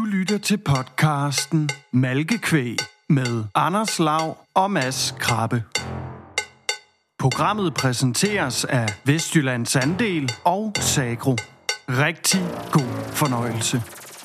lytter til podcasten Malkekvæg med Anders Lav og Mads Krabbe. Programmet præsenteres af Vestjyllands Andel og Sagro. Rigtig god fornøjelse.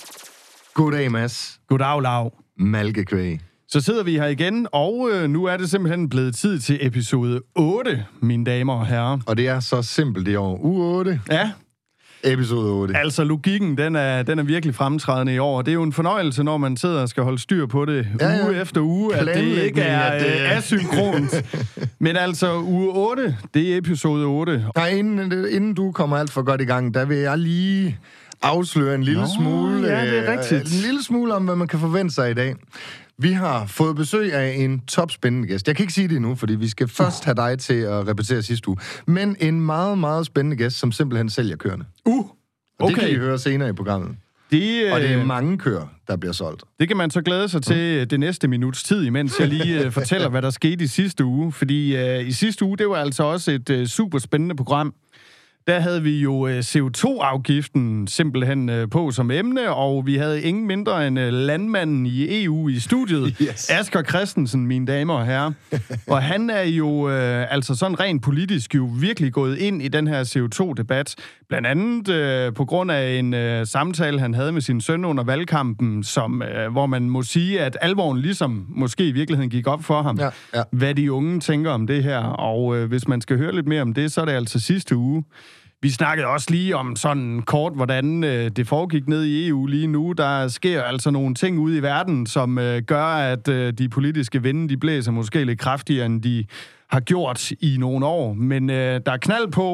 Goddag, Mads. Goddag, Lav. Malkekvæg. Så sidder vi her igen, og nu er det simpelthen blevet tid til episode 8, mine damer og herrer. Og det er så simpelt i år. Uge 8. Ja. Episode 8. Altså, logikken, den er virkelig fremtrædende i år. Det er jo en fornøjelse, når man sidder og skal holde styr på det uge efter uge, at det ikke er asynkront. Men altså, uge 8, det er episode 8. Nej, inden du kommer alt for godt i gang, der vil jeg lige afsløre en lille smule. Ja, det er rigtigt. En lille smule om, hvad man kan forvente sig i dag. Vi har fået besøg af en topspændende gæst. Jeg kan ikke sige det endnu, fordi vi skal først have dig til at repetere sidste uge. Men en meget, meget spændende gæst, som simpelthen sælger kørende. Okay. Og det kan I høre senere i programmet. Og det er mange køer, der bliver solgt. Det kan man så glæde sig til det næste minuts tid, imens jeg lige fortæller, hvad der skete i sidste uge. Fordi i sidste uge, det var altså også et super spændende program. Der havde vi jo CO2-afgiften simpelthen på som emne, og vi havde ingen mindre end landmanden i EU i studiet, yes. Asger Christensen, mine damer og herrer. Og han er jo altså sådan rent politisk jo virkelig gået ind i den her CO2-debat, blandt andet på grund af en samtale, han havde med sin søn under valgkampen, som, hvor man må sige, at alvoren ligesom måske i virkeligheden gik op for ham, hvad de unge tænker om det her. Og hvis man skal høre lidt mere om det, så er det altså sidste uge. Vi snakkede også lige om sådan kort, hvordan det foregik ned i EU lige nu. Der sker altså nogle ting ude i verden, som gør, at de politiske vinde, de blæser måske lidt kraftigere, end de har gjort i nogle år. Men der er knald på,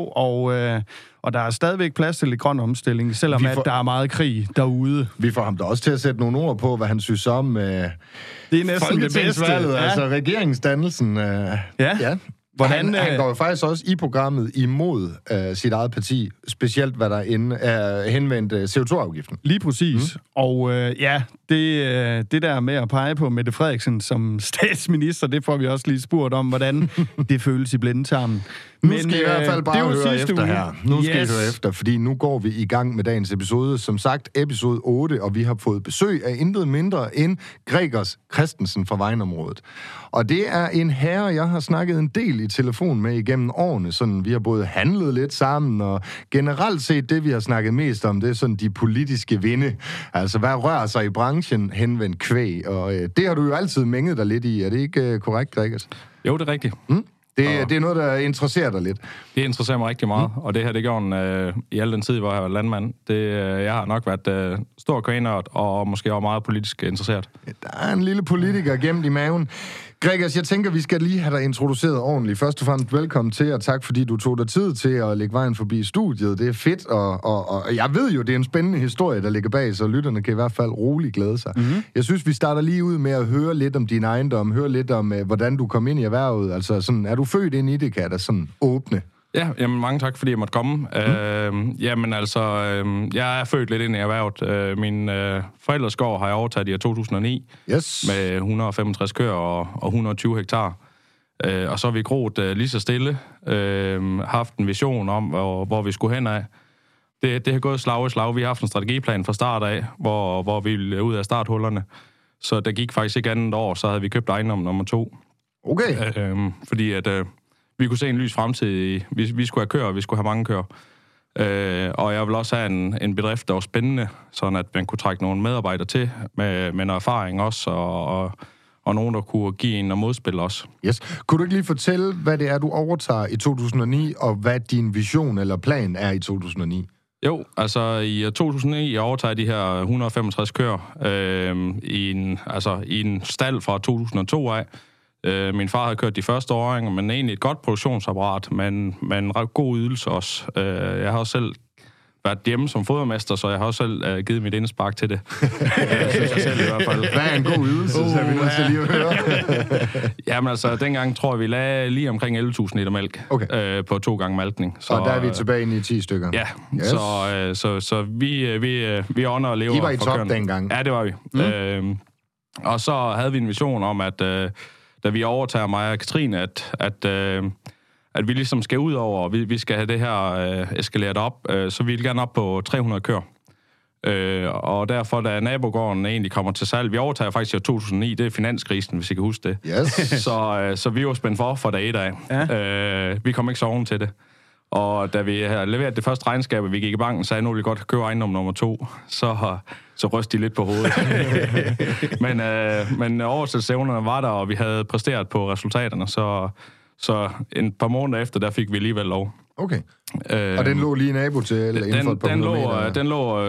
og der er stadigvæk plads til lidt grøn omstilling, selvom at der er meget krig derude. Vi får ham da også til at sætte nogle ord på, hvad han synes om det er næsten det bedste. Altså regeringsdannelsen. Ja. Han går jo faktisk også i programmet imod sit eget parti, specielt hvad der er henvendt CO2-afgiften. Lige præcis. Og det der med at pege på Mette Frederiksen som statsminister, det får vi også lige spurgt om, hvordan det føles i blindetarmen. Nu skal I hvert fald bare høre efter her. Nu skal I høre efter, fordi nu går vi i gang med dagens episode. Som sagt, episode 8, og vi har fået besøg af intet mindre end Gregers Christensen fra Vejnområdet. Og det er en herre, jeg har snakket en del i telefon med igennem årene. Sådan, vi har både handlet lidt sammen, og generelt set det, vi har snakket mest om, det er sådan de politiske vinde. Altså, hvad rører sig i branchen henvendt kvæg? Og det har du jo altid mænget dig lidt i. Er det ikke korrekt, Gregers? Jo, det er rigtigt. Det er noget, der interesserer dig lidt. Det interesserer mig rigtig meget, og det her, det gjorde i al den tid, hvor jeg var landmand. Jeg har nok været stor kvægnørd, og måske også meget politisk interesseret. Der er en lille politiker gemt i maven. Gregers, jeg tænker, vi skal lige have dig introduceret ordentligt. Først og fremmest velkommen til, og tak fordi du tog dig tid til at lægge vejen forbi studiet. Det er fedt, og jeg ved jo, det er en spændende historie, der ligger bag, så lytterne kan i hvert fald roligt glæde sig. Mm-hmm. Jeg synes, vi starter lige ud med at høre lidt om din ejendom, høre lidt om, hvordan du kom ind i erhvervet. Altså, sådan, er du født ind i det, kan der sådan åbne? Ja, jamen mange tak, fordi jeg måtte komme. Jeg er født lidt ind i erhvervet. Min forældres gård har jeg overtaget i 2009 med 165 køer og 120 hektar. Og så har vi groet lige så stille, haft en vision om, hvor vi skulle hen af. Det har gået slag i slag. Vi har haft en strategiplan fra start af, hvor vi ville ud af starthullerne. Så der gik faktisk ikke andet år, så havde vi købt ejendom nummer 2. Okay. Fordi at vi kunne se en lys fremtid. Vi skulle have køer, og vi skulle have mange køer. Og jeg vil også have en bedrift, der var spændende, sådan at man kunne trække nogle medarbejdere til, med noget erfaring også, og nogen, der kunne give en og modspille os. Yes. Kunne du ikke lige fortælle, hvad det er, du overtager i 2009, og hvad din vision eller plan er i 2009? Jo, altså i 2009, jeg overtager de her 165 køer i en stald fra 2002 af. Min far havde kørt de første åringer, men egentlig et godt produktionsapparat, men en ret god ydelse også. Jeg har også selv været hjemme som fodermester, så jeg har også selv givet mit indspark til det. Synes jeg selv i hvert fald. Hvad er en god ydelse, så vi nødt til lige at høre? Jamen altså, dengang tror jeg, vi lagde lige omkring 11.000 liter mælk på 2 gange malkning. Så, og der er vi tilbage inde i 10 stykker. Ja, yes. Så vi ånder og lever. I var i top dengang. Ja, det var vi. Og så havde vi en vision om, at da vi overtager mig og Katrine, at vi ligesom skal ud over, og vi skal have det her eskaleret op, så vi vil gerne op på 300 køer. Og derfor, da nabogården egentlig kommer til salg, vi overtager faktisk i 2009, det er finanskrisen, hvis I kan huske det. Yes. Så vi var spændt for dag 1 af. Ja. Vi kom ikke soven til det. Og da vi havde leveret det første regnskab, og vi gik i banken, sagde nu vil vi godt købe ejendom nummer 2, så rystede de lidt på hovedet. men oversættelsesevnerne var der, og vi havde præsteret på resultaterne, så en par måneder efter, der fik vi alligevel lov. Okay. Og den lå lige nabo til, eller inden for et par meter? Den lå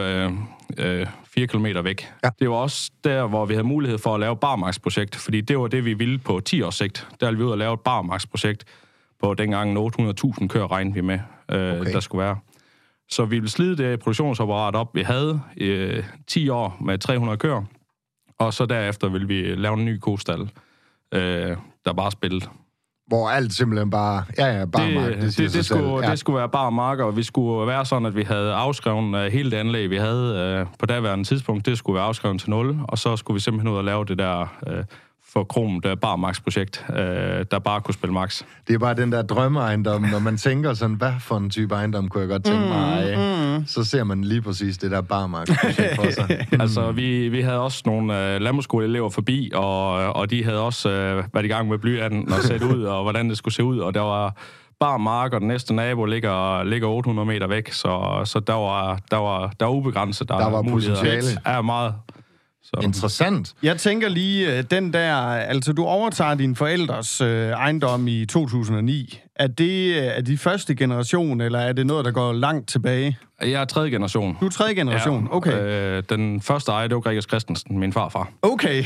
4 kilometer væk. Ja. Det var også der, hvor vi havde mulighed for at lave barmarksprojekt, fordi det var det, vi ville på 10 års sigt. Der ville vi ud og lave et barmarksprojekt på dengang 800.000 køer regnede vi med, der skulle være. Så vi ville slide det produktionsapparat op, vi havde 10 år med 300 køer, og så derefter ville vi lave en ny kostal, der bare spillede. Hvor alt simpelthen bare... barmark, det skulle være barmark, og vi skulle være sådan, at vi havde afskrevet hele det anlæg, vi havde på daværende tidspunkt. Det skulle være afskrevet til 0, og så skulle vi simpelthen ud og lave det der forkromt barmarksprojekt, der bare kunne spille max. Det er bare den der drømmeejendom, når man tænker sådan, hvad for en type ejendom kunne jeg godt tænke mig af? Så ser man lige præcis det der barmarksprojekt for sig. Altså, vi havde også nogle landbrugsskoleelever forbi, og de havde også været i gang med blyanten og set ud, og hvordan det skulle se ud, og der var barmark, og den næste nabo ligger 800 meter væk, så der var ubegrænset. Der var potentiale. Ja, meget. Så. Interessant. Jeg tænker lige, den der... Altså, du overtager din forældres ejendom i 2009. Er det de første generation, eller er det noget, der går langt tilbage? Jeg er tredje generation. Du er tredje generation, ja, okay. Den første ejer, det var Gregers Christensen, min farfar. Okay.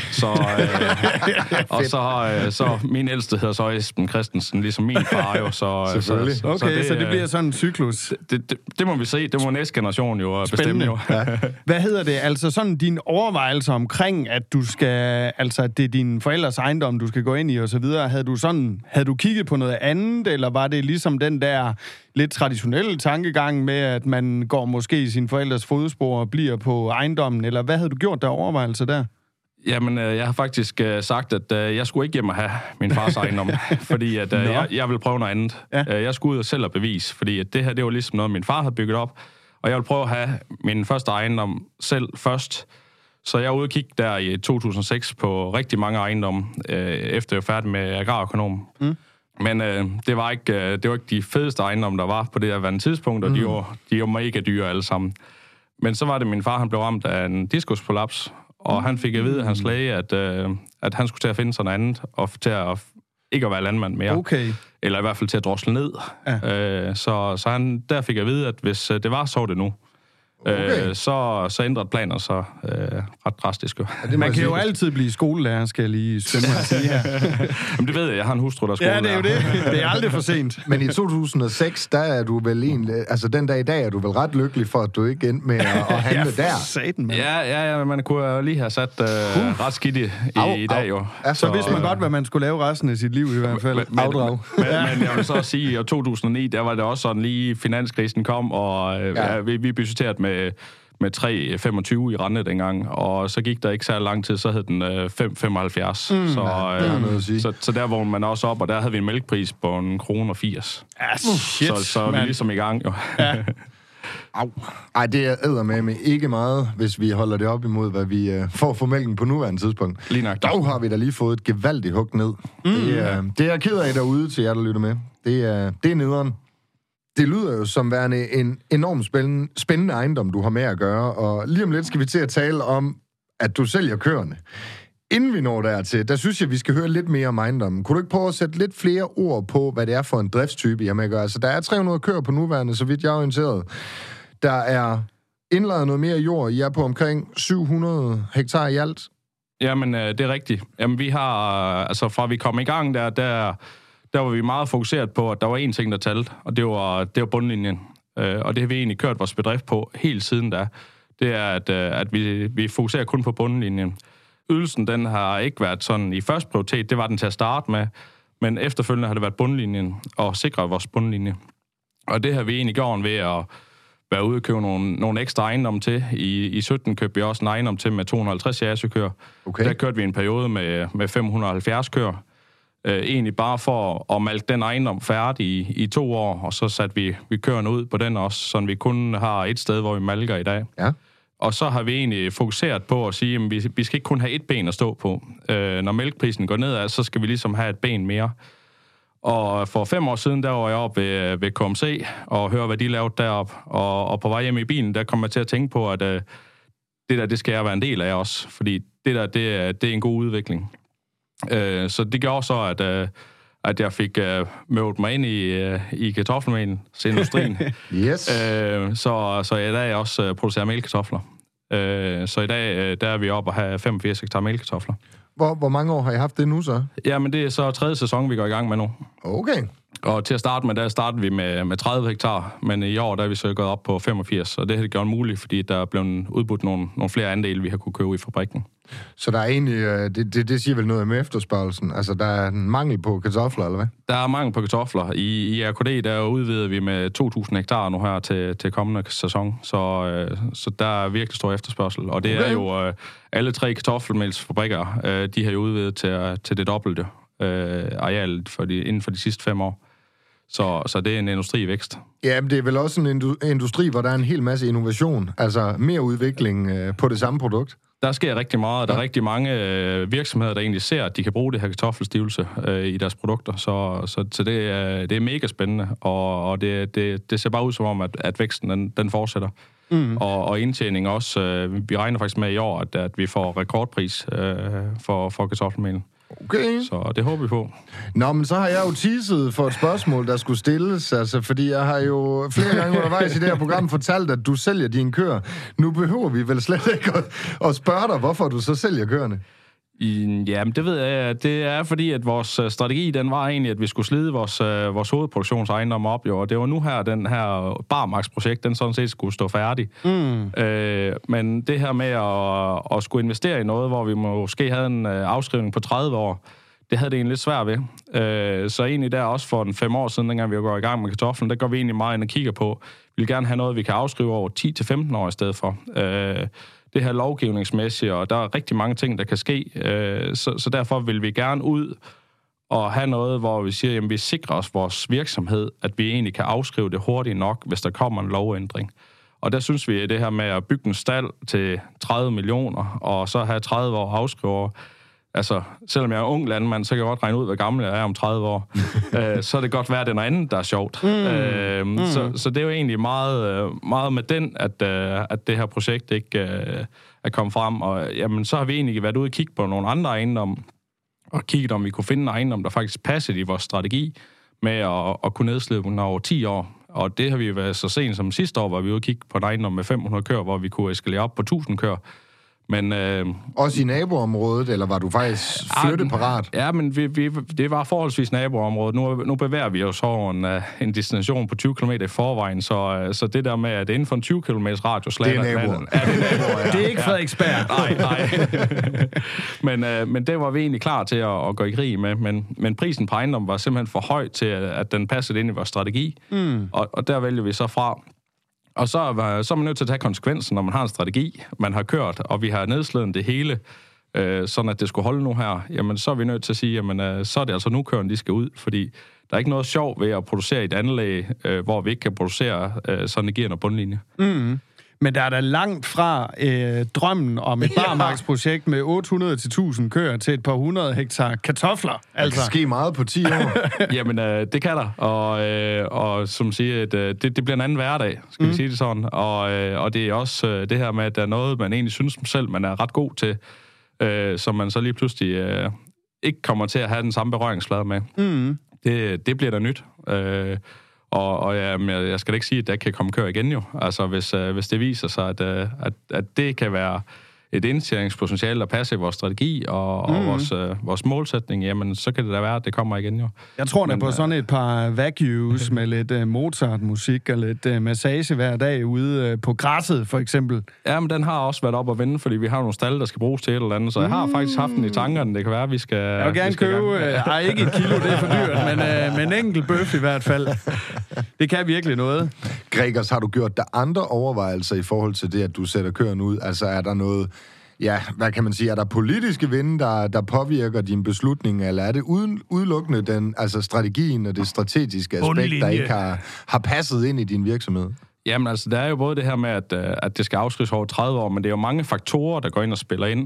Og så min ældste hedder så Esben Christensen, ligesom min far jo. Selvfølgelig. Så det bliver sådan en cyklus. Det må vi se. Det må næste generation jo bestemme jo. Ja. Hvad hedder det? Altså sådan dine overvejelser omkring, at du skal... Altså, at det er din forældres ejendom, du skal gå ind i og så videre. Havde du kigget på noget andet, eller var det ligesom den der lidt traditionelle tankegang med, at man går måske i sin forældres fodspor og bliver på ejendommen, eller hvad havde du gjort der overvejelser der? Jamen, jeg har faktisk sagt, at jeg skulle ikke hjem og have min fars ejendom, fordi at, jeg ville prøve noget andet. Ja. Jeg skulle ud og selv og bevise, fordi at det her, det var ligesom noget, min far havde bygget op, og jeg ville prøve at have min første ejendom selv først. Så jeg var ude og kigge der i 2006 på rigtig mange ejendomme, efter jeg var færdig med agrarøkonom. Men det var ikke de fedeste ejendomme, der var på det her tidspunkt, og de var mega dyre alle sammen. Men så var det, min far han blev ramt af en diskusprolaps, og han fik at vide af hans læge, at han skulle til at finde sådan noget andet, og til at ikke at være landmand mere. Okay. Eller i hvert fald til at drosle ned. Ja. Så han der fik at vide, at hvis det var, så var det nu. Okay. Så ændrede planer så ret drastisk. Ja, man kan jo altid blive skolelærer, skal jeg lige skynde mig at sige her. Jamen, det ved jeg har en hustru, der er skolelærer. Ja, det er jo det. Det er aldrig for sent. Men i 2006, der er du vel altså den dag i dag, er du vel ret lykkelig for, at du ikke endte med at handle der. Satan, man. Ja, man kunne lige have sat ret skidt i dag jo. Så vidste man godt, hvad man skulle lave resten af sit liv i hvert fald. Afdrag. Men jeg vil så sige, at i 2009, der var det også sådan lige finanskrisen kom, og vi budgetterede med 3,25 i rente dengang, og så gik der ikke så lang tid, så hed den 5,75. Så der vågnede man også op, og der havde vi en mælkepris på 1,80 kroner. Så er vi ligesom i gang, jo. Ja. Ej, det er eddermame ikke meget, hvis vi holder det op imod, hvad vi får for mælken på nuværende tidspunkt. Lige nok. Dog har vi da lige fået et gevaldigt hug ned. Det er jeg ked af derude til jer, der lytter med. Det er nederen. Det lyder jo som værende en enormt spændende ejendom, du har med at gøre, og lige om lidt skal vi til at tale om, at du sælger køerne. Inden vi når dertil, der synes jeg, vi skal høre lidt mere om ejendommen. Kunne du ikke prøve at sætte lidt flere ord på, hvad det er for en driftstype, jeg med at gøre? Altså, der er 300 køer på nuværende, så vidt jeg er orienteret. Der er indlejret noget mere jord. I er på omkring 700 hektar i alt. Jamen, det er rigtigt. Jamen, vi har, altså fra vi kom i gang der var vi meget fokuseret på, at der var én ting, der talte, og det var bundlinjen. Og det har vi egentlig kørt vores bedrift på helt siden da. Det er, at vi fokuserer kun på bundlinjen. Ydelsen, den har ikke været sådan i første prioritet. Det var den til at starte med. Men efterfølgende har det været bundlinjen og sikre vores bundlinje. Og det har vi egentlig gjort ved at være ude og købe nogle ekstra ejendom til. I 17 købte vi også en ejendom til med 250 jagersekøer. Okay. Der kørte vi en periode med 570 køer. Egentlig bare for at malke den ejendom færdig i 2 år, og så satte vi køerne ud på den også, så vi kun har et sted, hvor vi malker i dag. Ja. Og så har vi egentlig fokuseret på at sige, at vi skal ikke kun have et ben at stå på. Når mælkeprisen går nedad, så skal vi ligesom have et ben mere. Og for 5 år siden, der var jeg oppe ved KMC og høre, hvad de lavede deroppe. Og på vej hjem i bilen, der kom jeg til at tænke på, at det skal jeg være en del af også. Fordi det er en god udvikling. Så det gjorde så, at jeg fik mødt mig ind i kartoffelmælsindustrien. Yes. Så i dag også producerer mælkartofler. Så i dag der er vi oppe og have 85 hektar mælkartofler. Hvor mange år har I haft det nu så? Jamen, det er så 3. sæson, vi går i gang med nu. Okay. Og til at starte med, der startede vi med 30 hektar, men i år der er vi så gået op på 85, og det har det gjort muligt, fordi der er blevet udbudt nogle flere andele, vi har kunne købe i fabrikken. Så der er egentlig, det siger vel noget med efterspørgelsen? Altså, der er en mangel på kartofler, eller hvad? Der er mangel på kartofler. I RKD, der udvider vi med 2.000 hektar nu her til kommende sæson, så der er virkelig stor efterspørgsel. Og det er jo alle 3 kartoffelmælsfabrikker, de har jo udvidet til det dobbelte areal inden for de sidste 5 år. Så det er en industrivækst. Ja, men det er vel også en industri, hvor der er en hel masse innovation, altså mere udvikling på det samme produkt. Der sker rigtig meget, og der er rigtig mange virksomheder, der egentlig ser, at de kan bruge det her kartoffelstivelse i deres produkter. Så det er mega spændende, og det ser bare ud som om, at væksten den fortsætter. Og indtjening også. Vi regner faktisk med i år, at vi får rekordpris for kartoffelmælen. Okay. Så det håber vi på. Nå, men så har jeg jo teaset for et spørgsmål, der skulle stilles, altså, fordi jeg har jo flere gange undervejs i det her program fortalt, at du sælger dine køer. Nu behøver vi vel slet ikke at spørge dig, hvorfor du så sælger køerne. Jamen, det ved jeg. Det er fordi, at vores strategi, den var egentlig, at vi skulle slide vores hovedproduktionsejendom op, jo. Og det var nu her, den her Barmarksprojekt, den sådan set skulle stå færdig. Men det her med at skulle investere i noget, hvor vi måske havde en afskrivning på 30 år, det havde det egentlig lidt svært ved. Så egentlig der også for 5 år siden, dengang vi går i gang med kartoflen, der går vi egentlig meget ind og kigger på. Vi vil gerne have noget, vi kan afskrive over 10-15 år i stedet for. Det her lovgivningsmæssigt, og der er rigtig mange ting, der kan ske. Så derfor vil vi gerne ud og have noget, hvor vi siger, at vi sikrer os vores virksomhed, at vi egentlig kan afskrive det hurtigt nok, hvis der kommer en lovændring. Og der synes vi, at det her med at bygge en stald til 30 millioner, og så have 30 år afskriver, altså, selvom jeg er ung landmand, så kan jeg godt regne ud, hvor gammel jeg er om 30 år. Så er det godt være, at det er noget andet, der er sjovt. Så det er jo egentlig meget med den, at det her projekt ikke er kommet frem. Og jamen, så har vi egentlig været ude og kigge på nogle andre ejendomme, og kigget, om vi kunne finde en ejendom, der faktisk passede i vores strategi, med at kunne nedslive den over 10 år. Og det har vi været så sent som sidste år, hvor vi ude og kigge på en ejendom med 500 køer, hvor vi kunne eskalere op på 1000 køer. Men, også i naboområdet, eller var du faktisk flytteparat? Ja, men det var forholdsvis naboområdet. Nu bevæger vi os over en destination på 20 km i forvejen, så det der med, at inden for en 20 km radius... Det er naboer. Det er ikke Frederiksberg. Nej. Men det var vi egentlig klar til at gå i krig med. Men prisen på ejendom var simpelthen for høj til, at den passede ind i vores strategi. Og der vælger vi så fra... Og så er man nødt til at tage konsekvensen, når man har en strategi, man har kørt, og vi har nedslæden det hele, sådan at det skulle holde nu her. Jamen, så er vi nødt til at sige, jamen, så er det altså nu køren, de skal ud, fordi der er ikke noget sjov ved at producere i et anlæg, hvor vi ikke kan producere, så det giver noget bundlinje. Men der er da langt fra drømmen om et barmarksprojekt med 800 til 1000 køer til et par 100 hektar kartofler. Altså. Det kan ske meget på 10 år. Jamen, det kan der. Og som siger, det bliver en anden hverdag, skal vi sige det sådan. Og det er også det her med, at der er noget, man egentlig synes selv, man er ret god til, som man så lige pludselig ikke kommer til at have den samme berøringsflade med. Det bliver da nyt. Og jeg skal da ikke sige, at der kan komme køer igen jo. Altså, hvis det viser sig, at det kan være et indtjeningspotentiale, der passer i vores strategi og vores målsætning, jamen, så kan det da være, at det kommer igen jo. Jeg tror da på sådan et par vacuums med lidt Mozart-musik og lidt massage hver dag ude på græsset, for eksempel. Ja, men den har også været op at vende, fordi vi har nogle stalle, der skal bruges til et eller andet, så jeg har faktisk haft den i tankerne. Det kan være, at vi skal... Jeg vil gerne købe... ikke et kilo, det er for dyrt, men en enkelt bøf i hvert fald. Det kan virkelig noget. Gregers, har du gjort der andre overvejelser i forhold til det, at du sætter køerne ud? Altså, er der noget... Ja, hvad kan man sige? Er der politiske vinde, der påvirker din beslutning, eller er det udelukkende strategien og det strategiske aspekt, der ikke har passet ind i din virksomhed? Jamen altså, der er jo både det her med, at det skal afskrives over 30 år, men det er jo mange faktorer, der går ind og spiller ind.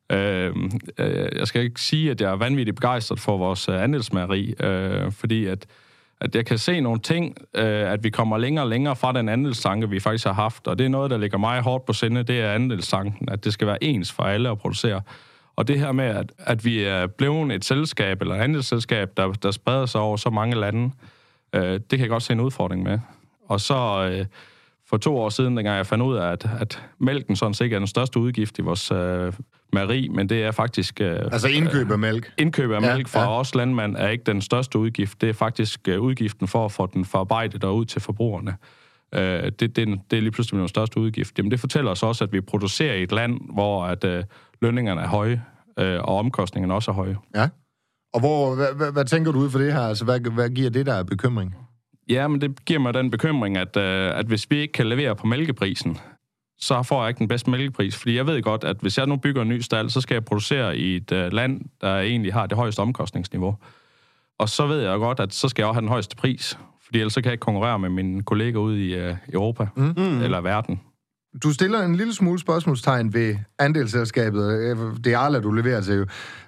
Jeg skal ikke sige, at jeg er vanvittigt begejstret for vores andelsmageri, fordi at jeg kan se nogle ting, at vi kommer længere og længere fra den andelstanke, vi faktisk har haft, og det er noget, der ligger meget hårdt på sinde, det er andelstanken, at det skal være ens for alle at producere. Og det her med, at vi er blevet et selskab, eller et andelsselskab, der spreder sig over så mange lande, det kan jeg godt se en udfordring med. Og så for 2 år siden, dengang jeg fandt ud af, at mælken sådan set er den største udgift i vores mejeri, men det er faktisk... altså indkøb af mælk? Indkøb af mælk fra os landmand er ikke den største udgift. Det er faktisk udgiften for at få den forarbejdet og ud til forbrugerne. Det er lige pludselig den største udgift. Jamen det fortæller os også, at vi producerer i et land, hvor at lønningerne er høje, og omkostningerne også er høje. Ja. Og hvad tænker du ud for det her? Altså, hvad giver det der bekymring? Ja, men det giver mig den bekymring, at hvis vi ikke kan levere på mælkeprisen, så får jeg ikke den bedste mælkepris. Fordi jeg ved godt, at hvis jeg nu bygger en ny stald, så skal jeg producere i et land, der egentlig har det højeste omkostningsniveau. Og så ved jeg godt, at så skal jeg også have den højeste pris. Fordi ellers så kan jeg ikke konkurrere med mine kolleger ude i Europa eller verden. Du stiller en lille smule spørgsmålstegn ved andelsselskabet. Det er Arla, du leverer til jo.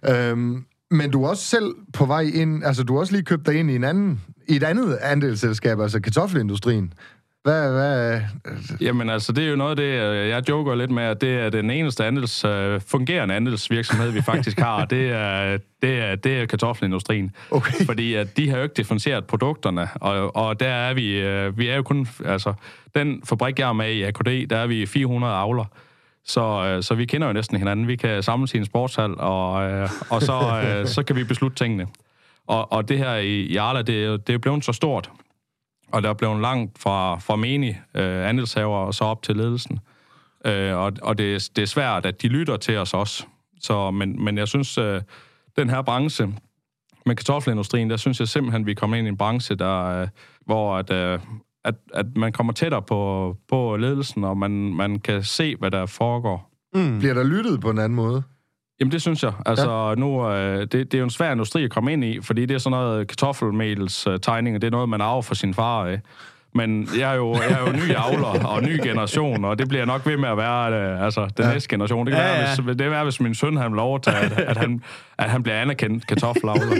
Men du er også selv på vej ind, altså du har også lige købt dig ind i et andet andelsselskab, altså kartoffelindustrien. Hvad? Jamen altså, det er jo noget af det, jeg joker lidt med, at det er den eneste fungerende andelsvirksomhed, vi faktisk har. Det er kartoffelindustrien. Okay. Fordi at de har jo ikke differentieret produkterne, og der er vi er jo kun, altså den fabrik, jeg er med i AKD, der er vi 400 avler. Så vi kender jo næsten hinanden. Vi kan samles i en sportshal, og så kan vi beslutte tingene. Og det her i Arla, det er blevet så stort, og der er blevet langt fra menig andelshaver og så op til ledelsen. Og det er svært, at de lytter til os også. Men jeg synes, den her branche med kartoffelindustrien, der synes jeg simpelthen, vi kommer ind i en branche, hvor at man kommer tættere på ledelsen, og man kan se, hvad der foregår. Bliver der lyttet på en anden måde? Jamen, det synes jeg. Altså, nu, det er jo en svær industri at komme ind i, fordi det er sådan noget kartoffelmels tegning, det er noget, man arver fra sin far af. Men jeg er jo ny avler og ny generation, og det bliver nok ved med at være den næste generation. Det kan være, hvis min søn han vil overtage, at han bliver anerkendt kartoffelavler.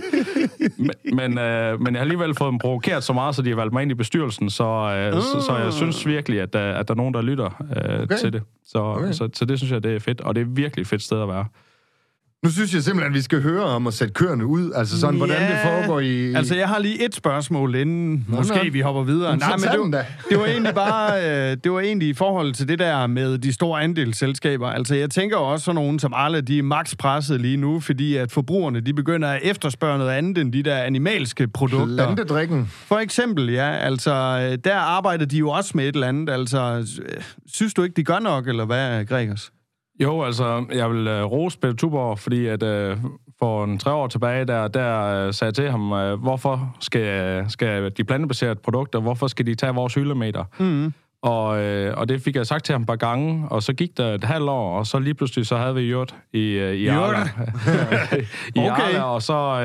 Men jeg har alligevel fået dem provokeret så meget, så de har valgt mig ind i bestyrelsen, så jeg synes virkelig, at der er nogen, der lytter til det. Så det synes jeg, det er fedt, og det er virkelig et fedt sted at være. Nu synes jeg simpelthen, at vi skal høre om at sætte køerne ud. Altså sådan, hvordan det foregår i... Altså, jeg har lige et spørgsmål, inden måske vi hopper videre. Nej, men det var egentlig bare... det var egentlig i forhold til det der med de store andelsselskaber. Altså, jeg tænker også sådan nogen som Arla, de er max presset lige nu, fordi at forbrugerne, de begynder at efterspørge noget andet end de der animalske produkter. Plantedrikken. For eksempel, ja. Altså, der arbejder de jo også med et eller andet. Altså, synes du ikke, de gør nok, eller hvad, Gregers? Jo, altså, jeg vil rose Peter Tuborg, fordi at for 3 år tilbage, der sagde jeg til ham, hvorfor skal de plantebaserede produkter, hvorfor skal de tage vores hyldemeter? Mm. Og det fik jeg sagt til ham et par gange, og så gik der et halvt år, og så lige pludselig så havde vi gjort i Arla. I Arla, og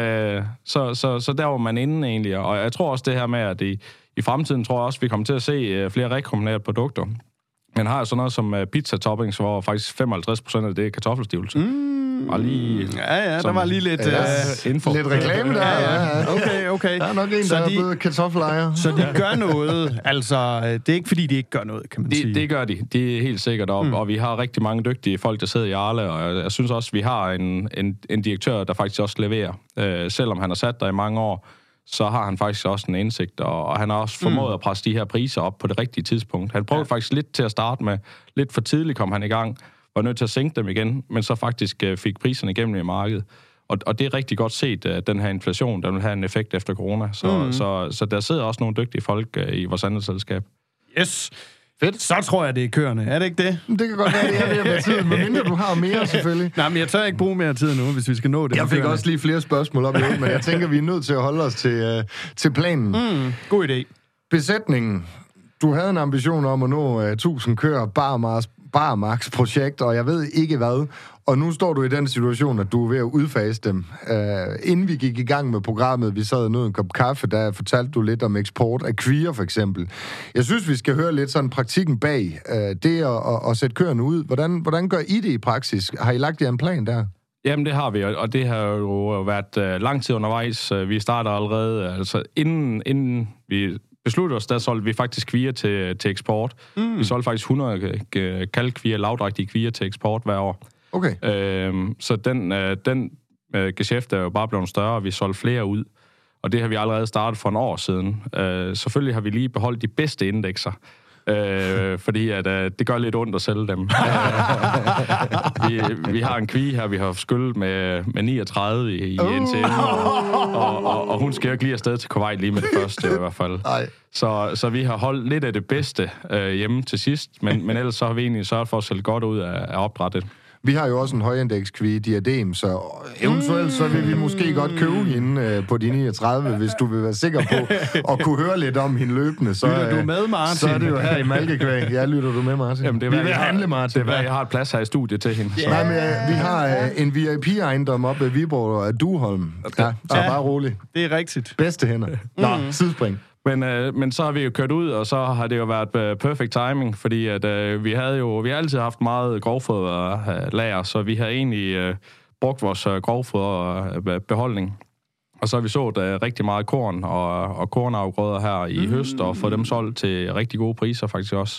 så der var man inde egentlig. Og jeg tror også det her med, at i fremtiden tror jeg også, vi kommer til at se flere rekombinerede produkter. Man har jo sådan noget som pizza-toppings, hvor faktisk 55% af det er kartoffelstivelse. Og lige... Ja, der var lige lidt info. Lidt reklame der. Ja. Okay. Der er nok en, der er blevet kartoffelejer. Så de gør noget. Altså, det er ikke fordi, de ikke gør noget, kan man sige. Det gør de. Det er helt sikkert. Og vi har rigtig mange dygtige folk, der sidder i Arla. Og jeg synes også, vi har en direktør, der faktisk også leverer. Selvom han har sat der i mange år, så har han faktisk også en indsigt, og han har også formået at presse de her priser op på det rigtige tidspunkt. Han prøvede faktisk lidt til at starte med, lidt for tidligt kom han i gang, var nødt til at sænke dem igen, men så faktisk fik priserne igennem i markedet. Og det er rigtig godt set, at den her inflation, der vil have en effekt efter corona. Så der sidder også nogle dygtige folk i vores andelsselskab. Yes! Fedt. Så tror jeg, det er køerne. Er det ikke det? Det kan godt være, det er ved tiden, medmindre du har mere, selvfølgelig. Nej, men jeg tør ikke bruge mere tid nu, hvis vi skal nå det. Jeg fik også lige flere spørgsmål op i men jeg tænker, vi er nødt til at holde os til planen. God idé. Besætningen. Du havde en ambition om at nå 1000 køer, Barmars Barmax-projekt, og jeg ved ikke hvad. Og nu står du i den situation, at du er ved at udfase dem. Inden vi gik i gang med programmet, vi sad og nåede en kop kaffe, der fortalte du lidt om eksport af kvier, for eksempel. Jeg synes, vi skal høre lidt sådan praktikken bag det at sætte køerne ud. Hvordan gør I det i praksis? Har I lagt jer en plan der? Jamen, det har vi, og det har jo været lang tid undervejs. Vi starter allerede, altså inden vi besluttede os, der solgte vi faktisk kvier til eksport. Vi solgte faktisk 100 kalvkvier, lavdrægtige kvier til eksport hver år. Okay. Så den geschæft er jo bare blevet større, og vi solgte flere ud. Og det har vi allerede startet for en år siden. Selvfølgelig har vi lige beholdt de bedste indekser. Fordi at, det gør lidt ondt at sælge dem. Vi har en kvie her, vi har skyllet med 39 i NCM, og hun skal jo ikke lige afsted til Kuwait lige med det første i hvert fald. Så vi har holdt lidt af det bedste hjemme til sidst, men ellers så har vi egentlig sørget for at sælge godt ud af opdrættet. Vi har jo også en højindekskvie, Diadem, så eventuelt så vil vi måske godt købe hende på de 39, hvis du vil være sikker på at kunne høre lidt om hende løbende. Så, lytter du med, Martin? Så er det jo her i Malkekvæg. Ja, lytter du med, Martin? Jamen, det er, vi vil handle, Martin. Det er, jeg har et plads her i studiet til hende. Yeah. Nej, men vi har en VIP-ejendom oppe ved Viborg og Duholm. Ja, så bare roligt. Det er rigtigt. Bedste hænder. Nå, sidespring. Men så har vi jo kørt ud, og så har det jo været perfect timing, fordi at, vi har altid haft meget grovfoderlager, så vi har egentlig brugt vores grovfoderbeholdning. Og så har vi sået rigtig meget korn og kornafgrøder her i høst, og fået dem solgt til rigtig gode priser faktisk også.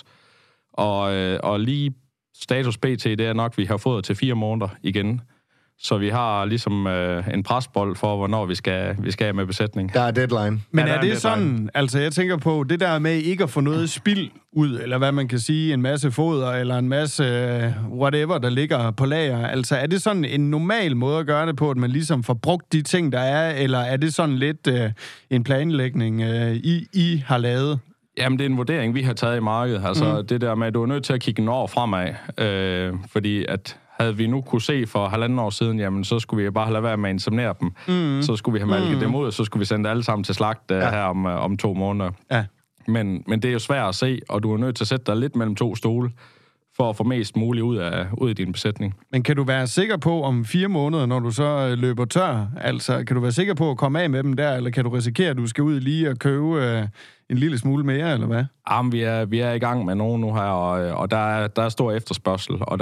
Og lige status pt, det er nok, vi har fået til 4 måneder igen. Så vi har ligesom en presbold for, hvornår vi skal med besætning. Der er deadline. Men er det sådan, altså jeg tænker på, det der med ikke at få noget spild ud, eller hvad man kan sige, en masse foder, eller en masse whatever, der ligger på lager, altså er det sådan en normal måde at gøre det på, at man ligesom får brugt de ting, der er, eller er det sådan lidt en planlægning, I har lavet? Jamen, det er en vurdering, vi har taget i markedet. Altså det der med, at du er nødt til at kigge en år fremad, fordi at havde vi nu kunne se for 1,5 år siden, jamen, så skulle vi bare have lade være med at inseminere dem. Så skulle vi have malket dem ud, og så skulle vi sende det alle sammen til slagt her om 2 måneder. Ja. Men det er jo svært at se, og du er nødt til at sætte dig lidt mellem 2 stole, for at få mest muligt ud af din besætning. Men kan du være sikker på om 4 måneder, når du så løber tør? Altså, kan du være sikker på at komme af med dem der, eller kan du risikere, at du skal ud lige og købe en lille smule mere, eller hvad? Jamen, vi er i gang med nogen nu her, og der er stor efterspørgsel, og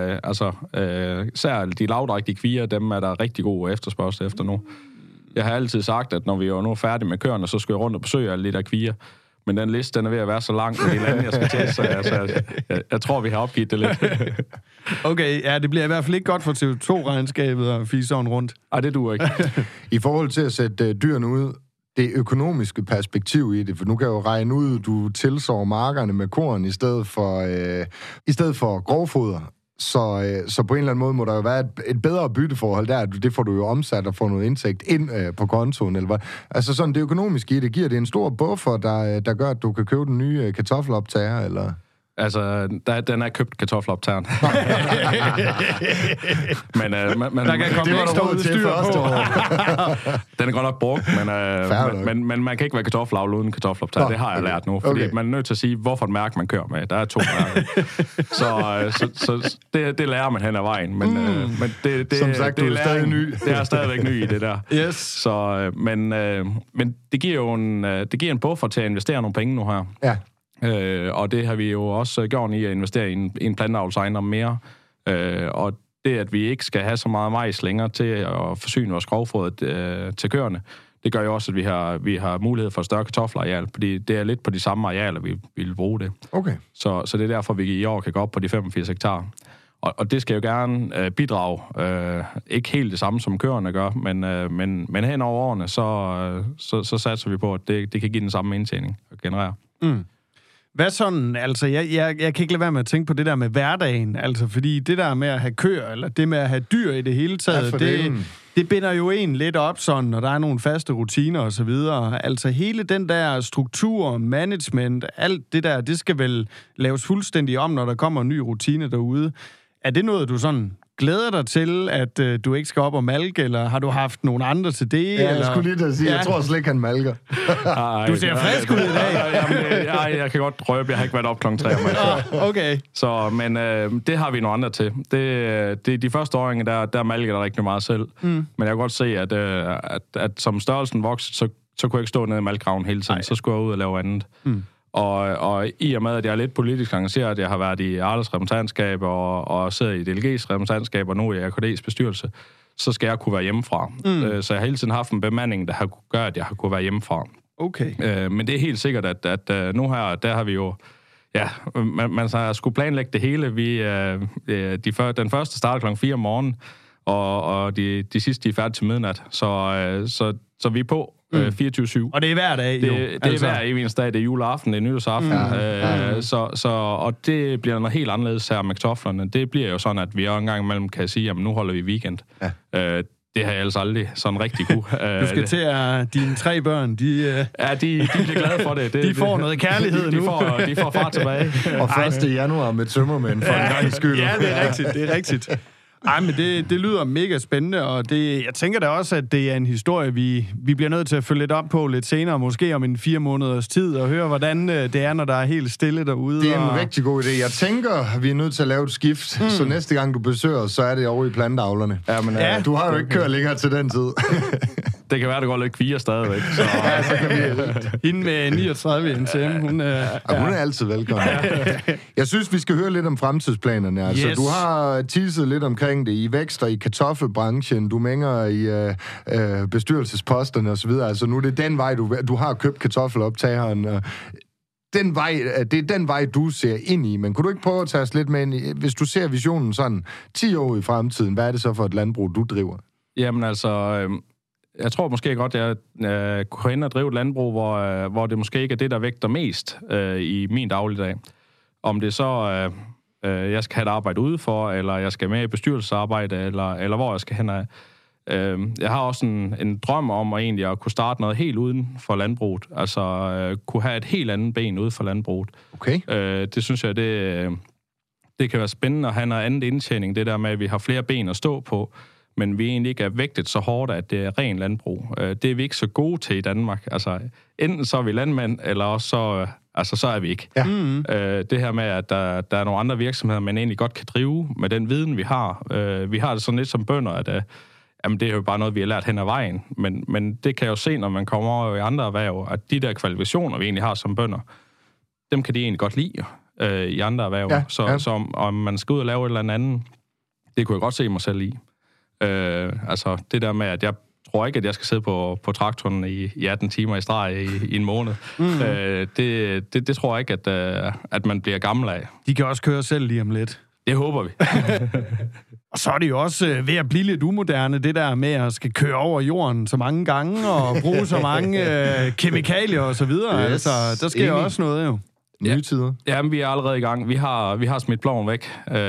der især de lavdrægtige kvier, dem er der rigtig god efterspørgsel efter nu. Jeg har altid sagt, at når vi er nu færdige med køerne, så skal jeg rundt og besøge alle de der kvier. Men den liste, den er ved at være så lang med de lande, jeg skal til, så jeg tror, vi har opgivet det lidt. Okay, ja, det bliver i hvert fald ikke godt for CO2-regnskabet og fiseren rundt. Ej, det duer ikke. I forhold til at sætte dyrene ud, det økonomiske perspektiv i det, for nu kan jeg jo regne ud, du tilsår markerne med korn i stedet for grovfoder. Så på en eller anden måde må der jo være et bedre bytteforhold der. Det får du jo omsat og får noget indtægt ind på kontoen, eller hvad? Altså sådan det økonomiske i det, giver det en stor buffer, der gør, at du kan købe den nye kartoffeloptager, eller? Altså, den er købt kartoffeloptageren. men der kan komme ekstra udstyr på. Den er godt nok brugt, men man kan ikke være kartoffelavl uden kartoffeloptager. Det har jeg lært nu, fordi man er nødt til at sige, hvorfor et mærke man kører med. Der er 2 mærker. så det lærer man hen ad vejen. Men det som sagt, du er stadig ny. Det er stadigvæk ny i det der. Yes. Så, men det giver jo en buffer til at investere nogle penge nu her. Ja. Og det har vi jo også gjort i at investere i en planteavlsejendom mere. Og det, at vi ikke skal have så meget majs længere til at forsyne vores grovfoder til køerne, det gør jo også, at vi har mulighed for et større kartoffelareal, fordi det er lidt på de samme arealer, vi vil bruge det. Okay. Så det er derfor, vi i år kan gå op på de 85 hektar. Og det skal jo gerne bidrage. Ikke helt det samme, som køerne gør, men hen over årene, så satser vi på, at det kan give den samme indtjening og generere. Hvad sådan, altså, jeg kan ikke lade være med at tænke på det der med hverdagen, altså, fordi det der med at have køer, eller det med at have dyr i det hele taget, det binder jo en lidt op sådan, når der er nogle faste rutiner og så videre. Altså, hele den der struktur, management, alt det der, det skal vel laves fuldstændig om, når der kommer en ny rutine derude. Er det noget, du sådan glæder dig til, at du ikke skal op og malke, eller har du haft nogen andre til det? Ja, eller? Jeg skulle lige til sige, jeg tror slet ikke, han malker. Du ser frisk ud i dag. Jeg kan godt røbe, jeg har ikke været op klokken 3 om okay. Så, men det har vi nogle andre til. Det de første åringer, der malker der rigtig meget selv. Men jeg kan godt se, at som størrelsen voksede, så kunne jeg ikke stå nede i malkegraven hele tiden. Så skulle jeg ud og lave andet. Og i og med, at jeg er lidt politisk engageret, jeg har været i Arles repræsentantskab og sidder i DLG's repræsentantskab, og nu er jeg AKD's bestyrelse, så skal jeg kunne være hjemmefra. Så jeg har hele tiden haft en bemanding, der har gør, at jeg har kunne være hjemmefra. Okay. Men det er helt sikkert, at nu her, der har vi jo... Ja, man har skulle planlægge det hele. Den første starter klokken 4 om morgenen, og de sidste de er færdige til midnat. Så vi er på 24/7. Og det er hver dag, jo. Det er hver eneste dag. Det er juleaften, det er nytårsaften. Og det bliver noget helt anderledes her med kartoflerne. Det bliver jo sådan, at vi en gang imellem kan sige, at nu holder vi weekend. Ja. Det har jeg ellers aldrig sådan rigtig kunne. Du skal til at... Dine 3 børn, de bliver glade for det. De får noget kærlighed nu. De får far tilbage. Og 1. januar med tømmermænd for en gang skyld. Ja, det er rigtigt. Ej, men det lyder mega spændende, og jeg tænker da også, at det er en historie, vi bliver nødt til at følge lidt op på lidt senere, måske om en 4 måneders tid, og høre, hvordan det er, når der er helt stille derude. Det er en rigtig god idé. Jeg tænker, vi er nødt til at lave et skift, så næste gang du besøger os, så er det over i planteavlerne. Ja, du har jo ikke kørt længere til den tid. Det kan være, det går lidt kvier stadigvæk. Så kan vi... Hende med 39 NTM, hun er altid velkommen. Jeg synes, vi skal høre lidt om fremtidsplanerne. Altså, du har teaset lidt omkring det. I vækster i kartoffelbranchen, du mænger i bestyrelsesposterne osv. Altså, nu er det den vej, du har købt kartoffeloptageren. Det er den vej, du ser ind i. Men kunne du ikke prøve at tage os lidt med ind i, hvis du ser visionen sådan 10 år i fremtiden, hvad er det så for et landbrug, du driver? Jamen altså... Jeg tror måske godt, at jeg kunne ind og drive et landbrug, hvor det måske ikke er det, der vægter mest i min dagligdag. Om det så, jeg skal have et arbejde udefor, eller jeg skal med i bestyrelsesarbejde, eller hvor jeg skal hen af. Jeg har også en drøm om egentlig at kunne starte noget helt uden for landbruget. Altså kunne have et helt andet ben ude for landbruget. Okay. Det synes jeg, det kan være spændende at have noget andet indtjening. Det der med, at vi har flere ben at stå på, men vi egentlig ikke er vægtet så hårdt, at det er ren landbrug. Det er vi ikke så gode til i Danmark. Altså, enten så er vi landmænd, eller også så er vi ikke. Ja. Det her med, at der er nogle andre virksomheder, man egentlig godt kan drive med den viden, vi har. Vi har det sådan lidt som bønder, at jamen, det er jo bare noget, vi har lært hen ad vejen. Men det kan jeg jo se, når man kommer over i andre erhverv, at de der kvalifikationer, vi egentlig har som bønder, dem kan de egentlig godt lide i andre erhverv. Ja. Så om man skal ud og lave et eller andet, det kunne jeg godt se mig selv i. Altså det der med, at jeg tror ikke, at jeg skal sidde på traktoren i 18 timer i streg i en måned. Det tror jeg ikke, at man bliver gammel af. De kan også køre selv lige om lidt. Det håber vi. Og så er det jo også ved at blive lidt umoderne, det der med at skal køre over jorden så mange gange og bruge så mange kemikalier og så videre. Yes. Altså, der sker jo også noget jo. Nye tider. Jamen, vi er allerede i gang. Vi har smidt ploven væk.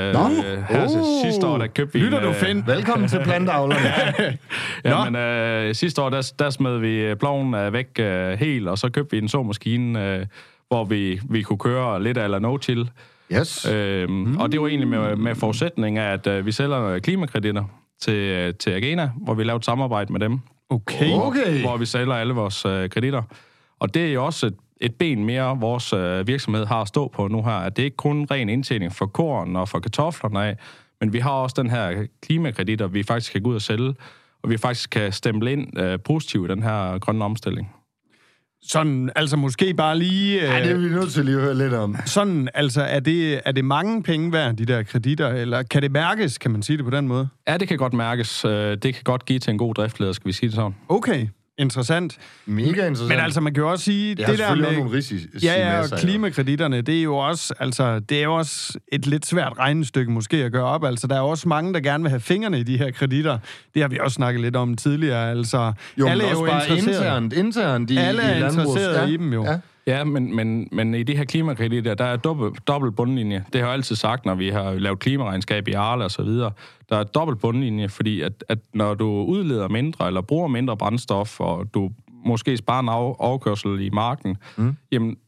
Sidste år, der købte vi... Lytter du, Finn? Velkommen til planteavlerne. Sidste år, der smed vi ploven væk helt, og så købte vi en såmaskine, hvor vi kunne køre lidt eller no-till. Yes. Og det var egentlig med forudsætning af, at vi sælger klimakreditter til Agena, hvor vi lavede et samarbejde med dem. Okay. Hvor vi sælger alle vores kreditter. Og det er jo også et ben mere, vores virksomhed har at stå på nu her, at det ikke kun ren indtjening for korn og for kartoflerne af, men vi har også den her klimakreditter, vi faktisk kan gå ud og sælge, og vi faktisk kan stemple ind positivt i den her grønne omstilling. Sådan, altså måske bare lige... det er vi nødt til lige at høre lidt om. Sådan, altså er det mange penge værd, de der kreditter, eller kan det mærkes, kan man sige det på den måde? Ja, det kan godt mærkes. Det kan godt give til en god driftleder, skal vi sige det sådan. Okay. Interessant. Mega interessant. Men altså, man kan jo også sige... Det der med nogle ja, og klimakreditterne, det er jo også, altså, det er jo også et lidt svært regnestykke måske at gøre op. Altså, der er også mange, der gerne vil have fingrene i de her kreditter. Det har vi også snakket lidt om tidligere. Altså, jo, alle er jo interesseret. Internt i alle er interesseret i dem jo. Ja. Ja, men i de her klimakreditter, der er dobbelt bundlinje. Det har jeg altid sagt, når vi har lavet klimaregnskab i Arle og så videre. Der er dobbelt bundlinje, fordi at når du udleder mindre, eller bruger mindre brændstof, og du måske sparer en afkørsel i marken, jamen,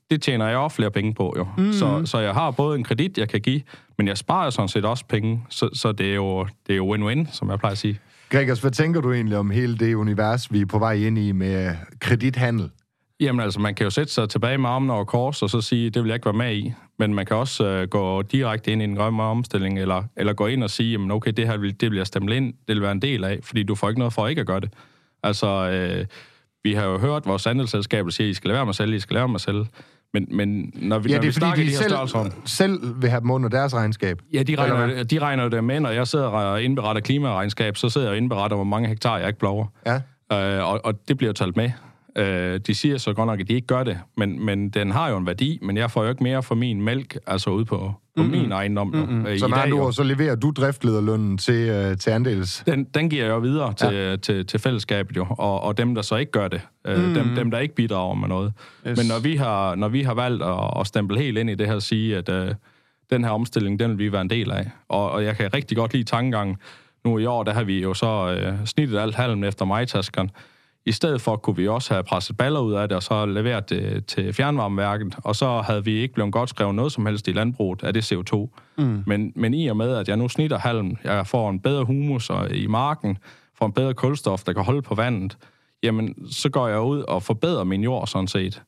det tjener jeg også flere penge på, jo. Så jeg har både en kredit, jeg kan give, men jeg sparer sådan set også penge, så det er jo win-win, som jeg plejer at sige. Gregers, hvad tænker du egentlig om hele det univers, vi er på vej ind i med kredithandel? Jamen altså, man kan jo sætte sig tilbage med armen over kors, og så sige, det vil jeg ikke være med i. Men man kan også gå direkte ind i en grønne omstilling, eller gå ind og sige, jamen okay, det her det vil jeg stemme ind, det vil være en del af, fordi du får ikke noget for ikke at gøre det. Altså, vi har jo hørt, vores andelsselskaber siger, I skal lade være med at sælge, I skal lade være med at sælge. Men når vi snakker de her størrelser... selv vil have dem under deres regnskab? Ja, de regner jo det med, når jeg sidder og indberetter klimaregnskab, så sidder jeg og indberetter, hvor mange hektar jeg ikke plover. Ja. Og det bliver jo talt med. De siger så godt nok, at de ikke gør det, men den har jo en værdi, men jeg får jo ikke mere for min mælk, altså ude på min ejendom. Så med andre ord, så leverer du driftlederlønnen til andels? Den giver jeg jo videre til fællesskabet jo, og dem, der så ikke gør det, dem, der ikke bidrager med noget. Yes. Men når vi har valgt at stemple helt ind i det her og sige, at den her omstilling, den vil vi være en del af, og jeg kan rigtig godt lide tankegangen. Nu i år, der har vi jo så snittet alt halm efter majtaskeren. I stedet for kunne vi også have presset baller ud af det, og så leveret det til fjernvarmeværket, og så havde vi ikke blevet godt skrevet noget som helst i landbruget af det CO2. Men i og med, at jeg nu snitter halm, jeg får en bedre humus i marken, får en bedre kulstof, der kan holde på vandet, jamen, så går jeg ud og forbedrer min jord sådan set.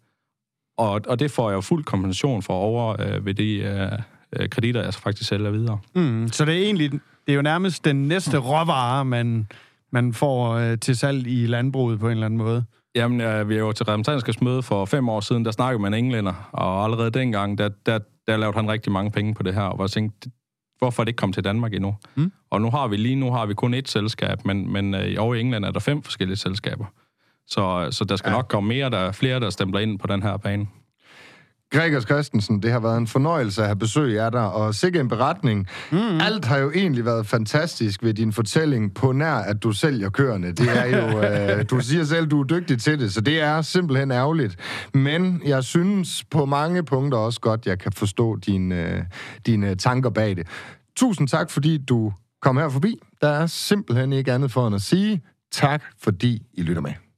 Og det får jeg fuld kompensation for over ved de kreditter, jeg så faktisk sælger videre. Så det er jo nærmest den næste råvare, man får til salg i landbruget på en eller anden måde. Jamen, vi er jo til repræsentantskabs møde for 5 år siden, der snakkede man englænder, og allerede dengang, der lavede han rigtig mange penge på det her, og jeg tænkte, hvorfor er det ikke kommet til Danmark endnu? Og nu har vi kun 1 selskab, men over i England er der 5 forskellige selskaber. Så der skal nok komme mere, der er flere, der stempler ind på den her bane. Gregers Christensen, det har været en fornøjelse at have besøg af dig, og sikke en beretning. Alt har jo egentlig været fantastisk ved din fortælling på nær, at du sælger køerne. Det er jo, du siger selv, du er dygtig til det, så det er simpelthen ærgerligt. Men jeg synes på mange punkter også godt, jeg kan forstå dine tanker bag det. Tusind tak, fordi du kom her forbi. Der er simpelthen ikke andet for end at sige tak, fordi I lytter med.